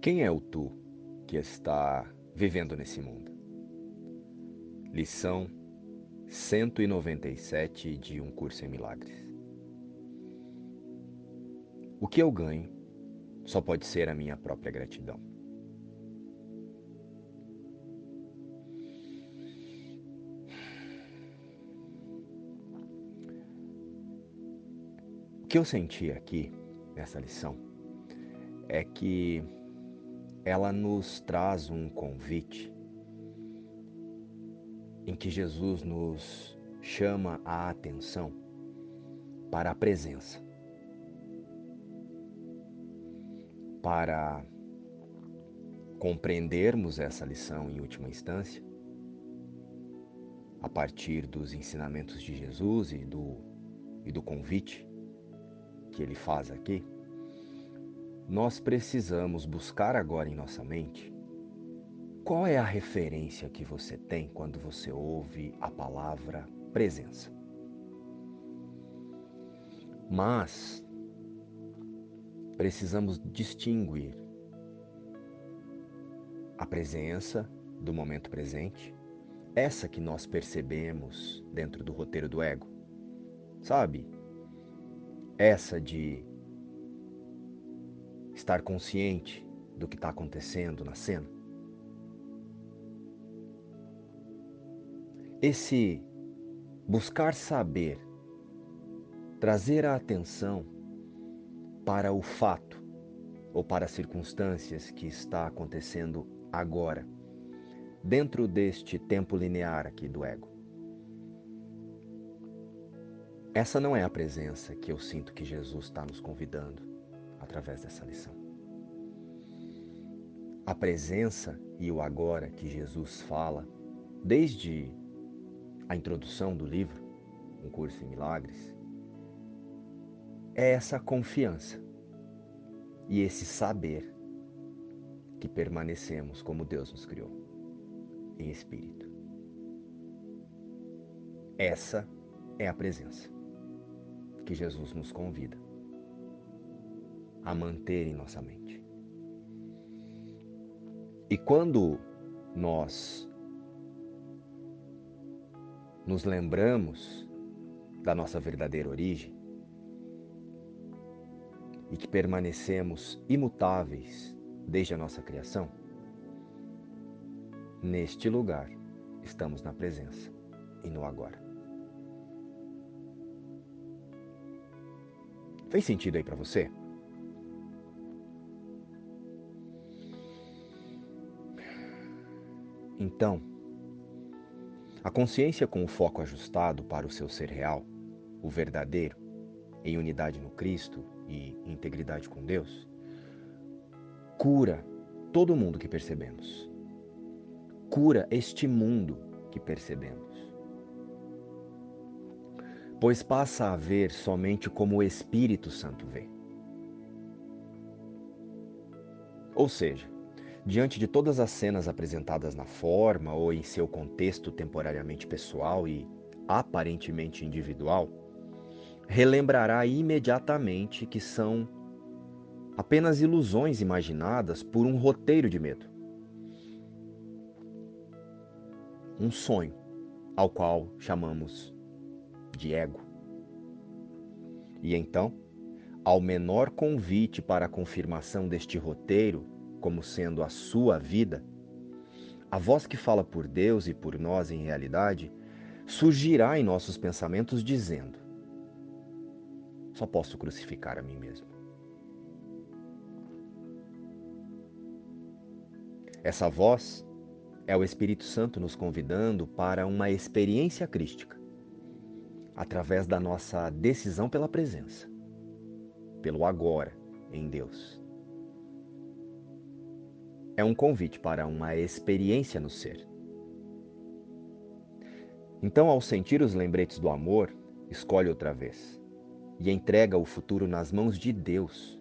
Quem é o tu que está vivendo nesse mundo? Lição 197 de Um Curso em Milagres. O que eu ganho só pode ser a minha própria gratidão. O que eu senti aqui nessa lição é que ela nos traz um convite em que Jesus nos chama a atenção para a presença, para compreendermos essa lição em última instância, a partir dos ensinamentos de Jesus e do convite que ele faz aqui. Nós precisamos buscar agora em nossa mente qual é a referência que você tem quando você ouve a palavra presença. Mas precisamos distinguir a presença do momento presente, essa que nós percebemos dentro do roteiro do ego, sabe? Essa de estar consciente do que está acontecendo na cena. Esse buscar saber, trazer a atenção para o fato ou para as circunstâncias que está acontecendo agora, dentro deste tempo linear aqui do ego. Essa não é a presença que eu sinto que Jesus está nos convidando através dessa lição. A presença e o agora que Jesus fala, desde a introdução do livro, Um Curso em Milagres, é essa confiança e esse saber que permanecemos como Deus nos criou, em espírito. Essa é a presença que Jesus nos convida a manter em nossa mente. E quando nós nos lembramos da nossa verdadeira origem e que permanecemos imutáveis desde a nossa criação, neste lugar estamos na presença e no agora. Fez sentido aí para você? Então, a consciência com o foco ajustado para o seu ser real, o verdadeiro, em unidade no Cristo e integridade com Deus, cura todo mundo que percebemos. Cura este mundo que percebemos. Pois passa a ver somente como o Espírito Santo vê. Ou seja, diante de todas as cenas apresentadas na forma ou em seu contexto temporariamente pessoal e aparentemente individual, relembrará imediatamente que são apenas ilusões imaginadas por um roteiro de medo. Um sonho ao qual chamamos de ego. E então, ao menor convite para a confirmação deste roteiro como sendo a sua vida, a voz que fala por Deus e por nós em realidade surgirá em nossos pensamentos dizendo: só posso crucificar a mim mesmo. Essa voz é o Espírito Santo nos convidando para uma experiência crística, através da nossa decisão pela presença, pelo agora em Deus. É um convite para uma experiência no ser. Então, ao sentir os lembretes do amor, escolhe outra vez e entrega o futuro nas mãos de Deus.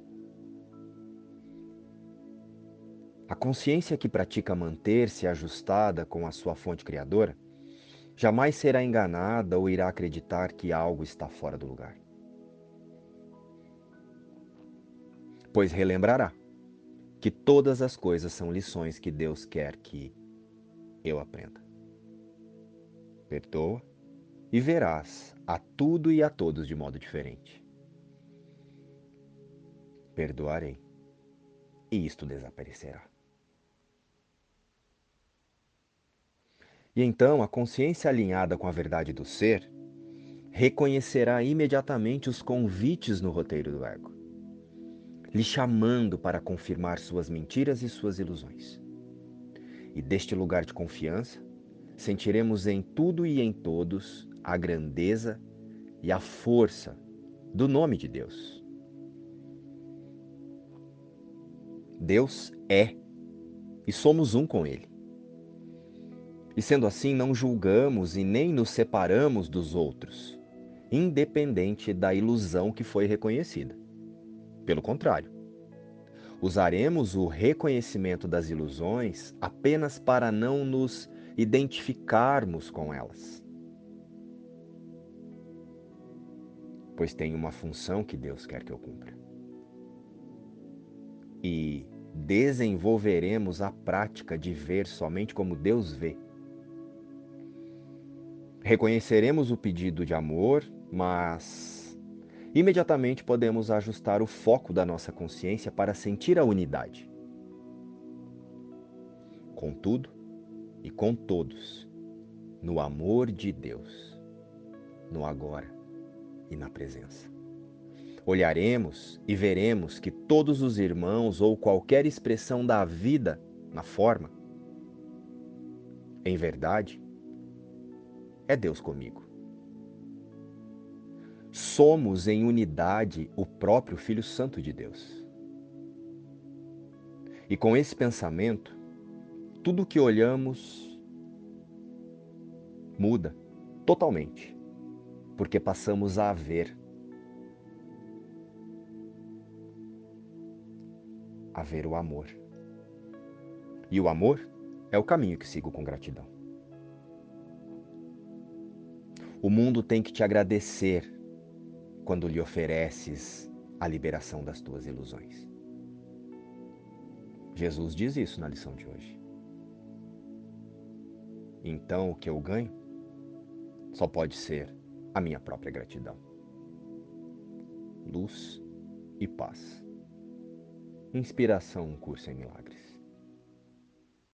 A consciência que pratica manter-se ajustada com a sua fonte criadora jamais será enganada ou irá acreditar que algo está fora do lugar. Pois relembrará que todas as coisas são lições que Deus quer que eu aprenda. Perdoa e verás a tudo e a todos de modo diferente. Perdoarei e isto desaparecerá. E então a consciência alinhada com a verdade do ser reconhecerá imediatamente os convites no roteiro do ego, lhe chamando para confirmar suas mentiras e suas ilusões. E deste lugar de confiança, sentiremos em tudo e em todos a grandeza e a força do nome de Deus. Deus é e somos um com Ele. E sendo assim, não julgamos e nem nos separamos dos outros, independente da ilusão que foi reconhecida. Pelo contrário, usaremos o reconhecimento das ilusões apenas para não nos identificarmos com elas, pois tem uma função que Deus quer que eu cumpra. E desenvolveremos a prática de ver somente como Deus vê. Reconheceremos o pedido de amor, mas imediatamente podemos ajustar o foco da nossa consciência para sentir a unidade. Com tudo e com todos, no amor de Deus, no agora e na presença. Olharemos e veremos que todos os irmãos ou qualquer expressão da vida na forma, em verdade, é Deus comigo. Somos em unidade o próprio Filho Santo de Deus. E com esse pensamento, tudo que olhamos muda totalmente, porque passamos a ver o amor. E o amor é o caminho que sigo com gratidão. O mundo tem que te agradecer quando lhe ofereces a liberação das tuas ilusões. Jesus diz isso na lição de hoje. Então o que eu ganho só pode ser a minha própria gratidão. Luz e paz. Inspiração, um curso em milagres.